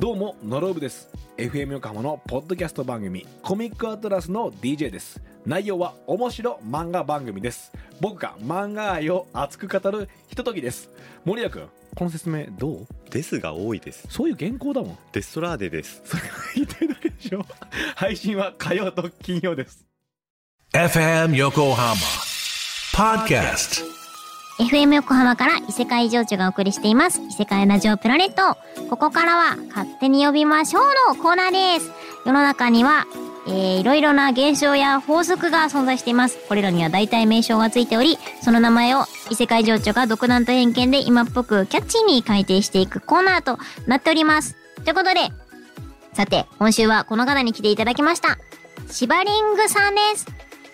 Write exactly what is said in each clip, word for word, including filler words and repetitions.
どうもノロブです。 エフエム 横浜のポッドキャスト番組コミックアトラスの ディージェー です。内容は面白漫画番組です。僕が漫画愛を熱く語るひとときです。森谷君、この説明どう？ ですが多いです。 そういう原稿だもん。 デストラーデです。 それが言ってるだけでしょ。配信は火曜と金曜です。 エフエム 横浜ポッドキャスト。 エフエム 横浜から異世界情緒がお送りしています異世界ラジオプラネット。ここからは勝手に呼びましょうのコーナーです。世の中には、えー、いろいろな現象や法則が存在しています。これらには大体名称がついており、その名前を異世界情緒が独断と偏見で今っぽくキャッチーに改定していくコーナーとなっております。ということで、さて今週はこの方に来ていただきました。シバリングさんです。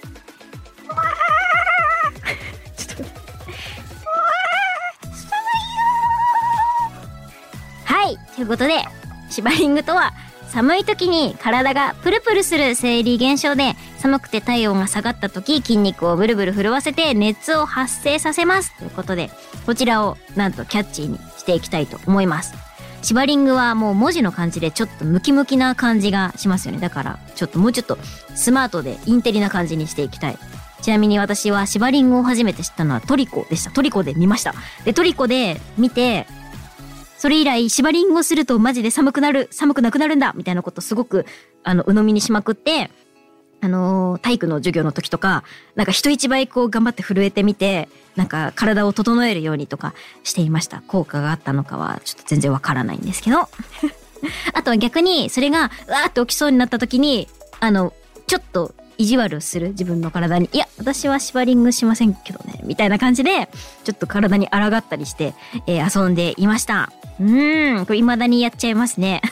はい、ということで、シバリングとは寒い時に体がプルプルする生理現象で、寒くて体温が下がった時筋肉をブルブル震わせて熱を発生させますということで、こちらをなんとキャッチーにしていきたいと思います。シバリングはもう文字の感じでちょっとムキムキな感じがしますよね。だからちょっともうちょっとスマートでインテリな感じにしていきたい。ちなみに私はシバリングを初めて知ったのはトリコでした。トリコで見ました。でトリコで見て、それ以来シバリングをするとマジで寒くなる、寒くなくなるんだみたいなことすごくあの鵜呑みにしまくって、あのー、体育の授業の時とかなんか人一倍こう頑張って震えてみて、なんか体を整えるようにとかしていました。効果があったのかはちょっと全然わからないんですけどあとは逆にそれがうわーって起きそうになった時に、あのちょっと意地悪する自分の体に、いや私はシバリングしませんけどねみたいな感じでちょっと体に抗ったりして、えー、遊んでいました。うーん、これ未だにやっちゃいますね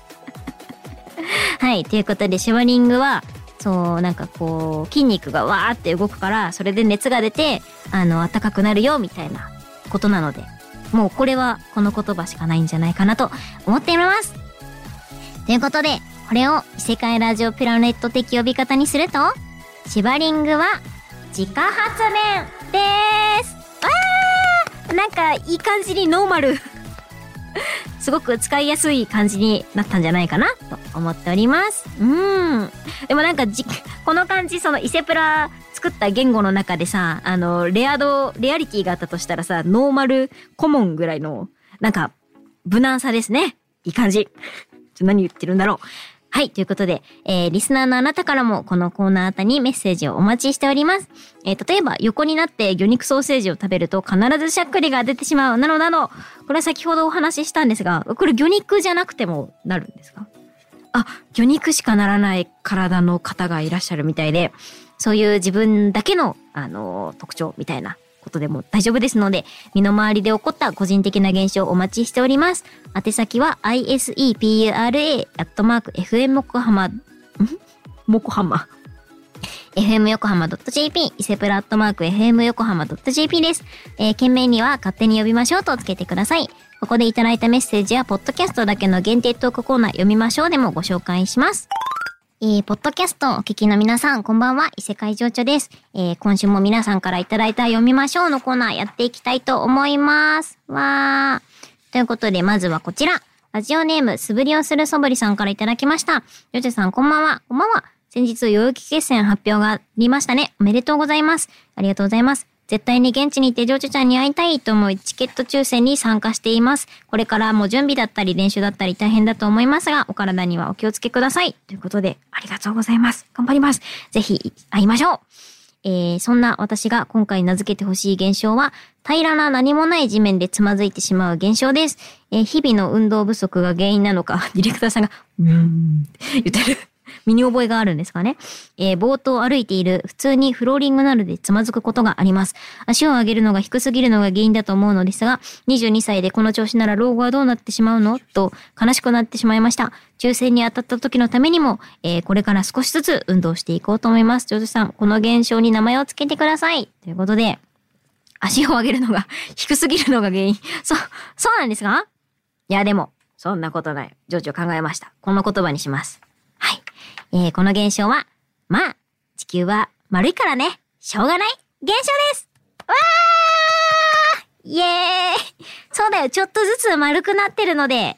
はい、ということでシバリングはそうなんかこう筋肉がわーって動くから、それで熱が出てあの暖かくなるよみたいなことなので、もうこれはこの言葉しかないんじゃないかなと思っています。ということで、これを異世界ラジオプラネット的呼び方にすると、シバリングは自家発電です。わー、なんかいい感じにノーマルすごく使いやすい感じになったんじゃないかなと思っております。うーん。でもなんかじこの感じ、そのイセプラ作った言語の中でさ、あのレア度レアリティがあったとしたらさ、ノーマルコモンぐらいのなんか無難さですね。いい感じ。ちょ何言ってるんだろう。はい、ということで、えー、リスナーのあなたからもこのコーナーあたにメッセージをお待ちしております。えー、例えば横になって魚肉ソーセージを食べると必ずしゃっくりが出てしまうなどなど、これは先ほどお話ししたんですが、これ魚肉じゃなくてもなるんですか？あ、魚肉しかならない体の方がいらっしゃるみたいで、そういう自分だけの、あのー、特徴みたいなことでも大丈夫ですので、身の回りで起こった個人的な現象をお待ちしております。宛先は アイエスイーピーアールエー アットマーク エフエム 横浜ん横浜 エフエム 横浜 .jp イセプラアットマーク エフエム 横浜 .jp です。えー、件名には勝手に呼びましょうとつけてください。ここでいただいたメッセージやポッドキャストだけの限定トークコーナー読みましょうでもご紹介します。えー、ポッドキャストお聞きの皆さん、こんばんは。異世界情緒です。えー、今週も皆さんからいただいた読みましょうのコーナーやっていきたいと思います。わー。ということで、まずはこちら。ラジオネーム、素振りをするそぶりさんからいただきました。ジョジョさん、こんばんは。こんばんは。先日、代々木決戦発表がありましたね。おめでとうございます。ありがとうございます。絶対に現地に行ってジョジョちゃんに会いたいと思いチケット抽選に参加しています。これからも準備だったり練習だったり大変だと思いますが、お体にはお気をつけください。ということで、ありがとうございます。頑張ります。ぜひ会いましょう。えー、そんな私が今回名付けてほしい現象は、平らな何もない地面でつまずいてしまう現象です。えー、日々の運動不足が原因なのか、ディレクターさんが、うーんって言ってる。身に覚えがあるんですかね。えー、冒頭歩いている普通にフローリングなどでつまずくことがあります。足を上げるのが低すぎるのが原因だと思うのですが、にじゅうにさいでこの調子なら老後はどうなってしまうのと悲しくなってしまいました。抽選に当たった時のためにも、えー、これから少しずつ運動していこうと思います。ジョジョさん、この現象に名前をつけてください。ということで、足を上げるのが低すぎるのが原因。そう、そうなんですか？いやでも、そんなことない。ジョジョ考えました。この言葉にします。はい。えー、この現象は、まあ、地球は丸いからね、しょうがない現象です。わーイエーイ。そうだよ、ちょっとずつ丸くなってるので、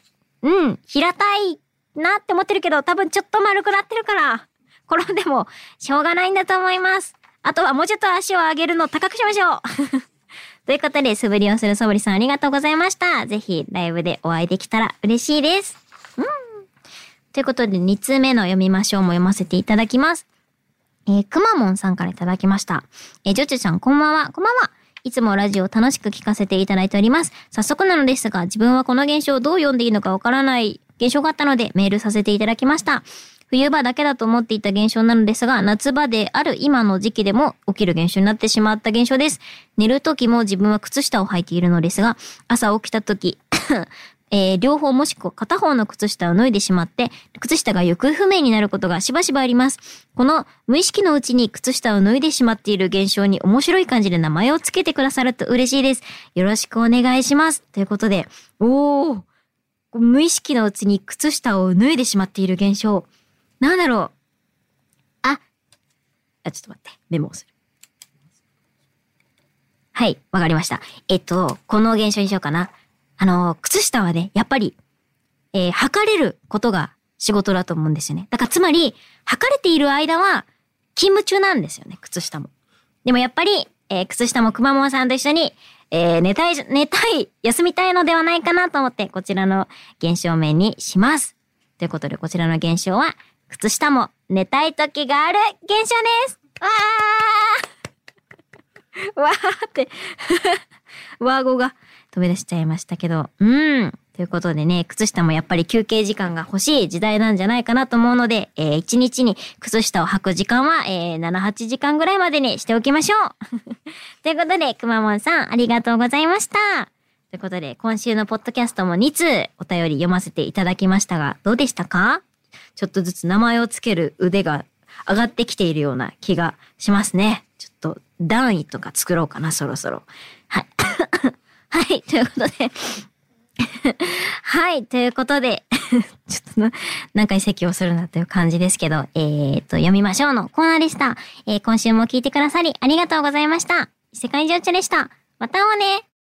うん、平たいなって思ってるけど、多分ちょっと丸くなってるから、転んでもしょうがないんだと思います。あとはもうちょっと足を上げるの高くしましょう。ということで、素振りをするそぶりさんありがとうございました。ぜひライブでお会いできたら嬉しいです。うん。ということで、に通目の読みましょうも読ませていただきます。えー、くまモンさんからいただきました。えー、ジョチュさんこんばんは。こんばんは。いつもラジオを楽しく聞かせていただいております。早速なのですが、自分はこの現象をどう読んでいいのかわからない現象があったのでメールさせていただきました。冬場だけだと思っていた現象なのですが、夏場である今の時期でも起きる現象になってしまった現象です。寝る時も自分は靴下を履いているのですが、朝起きた時、えー、両方もしくは片方の靴下を脱いでしまって、靴下が行方不明になることがしばしばあります。この無意識のうちに靴下を脱いでしまっている現象に面白い感じで名前をつけてくださると嬉しいです。よろしくお願いします。ということで、おー、無意識のうちに靴下を脱いでしまっている現象。なんだろう。あ、あ、ちょっと待って。メモをする。はい、わかりました。えっと、この現象にしようかな。あの、靴下はね、やっぱり、えー、履かれることが仕事だと思うんですよね。だからつまり、履かれている間は、勤務中なんですよね、靴下も。でもやっぱり、えー、靴下もくまモンさんと一緒に、えー、寝たい、寝たい、休みたいのではないかなと思って、こちらの現象名にします。ということで、こちらの現象は、靴下も寝たい時がある現象です。わーわーってワー語が飛び出しちゃいましたけど、うん。ということでね、靴下もやっぱり休憩時間が欲しい時代なんじゃないかなと思うので、えー、一日に靴下を履く時間は、えー、なな、はちじかんぐらいまでにしておきましょう。ということで、くまモンさん、ありがとうございました。ということで、今週のポッドキャストもに通お便り読ませていただきましたが、どうでしたか？ちょっとずつ名前をつける腕が上がってきているような気がしますね。ちょっと段位とか作ろうかな、そろそろ。はい。はい、ということで。はい、ということで。ちょっとな、何回咳をするなという感じですけど、えーと、読みましょうのコーナーでした。えー、今週も聞いてくださりありがとうございました。世界情緒でした。また会おうね。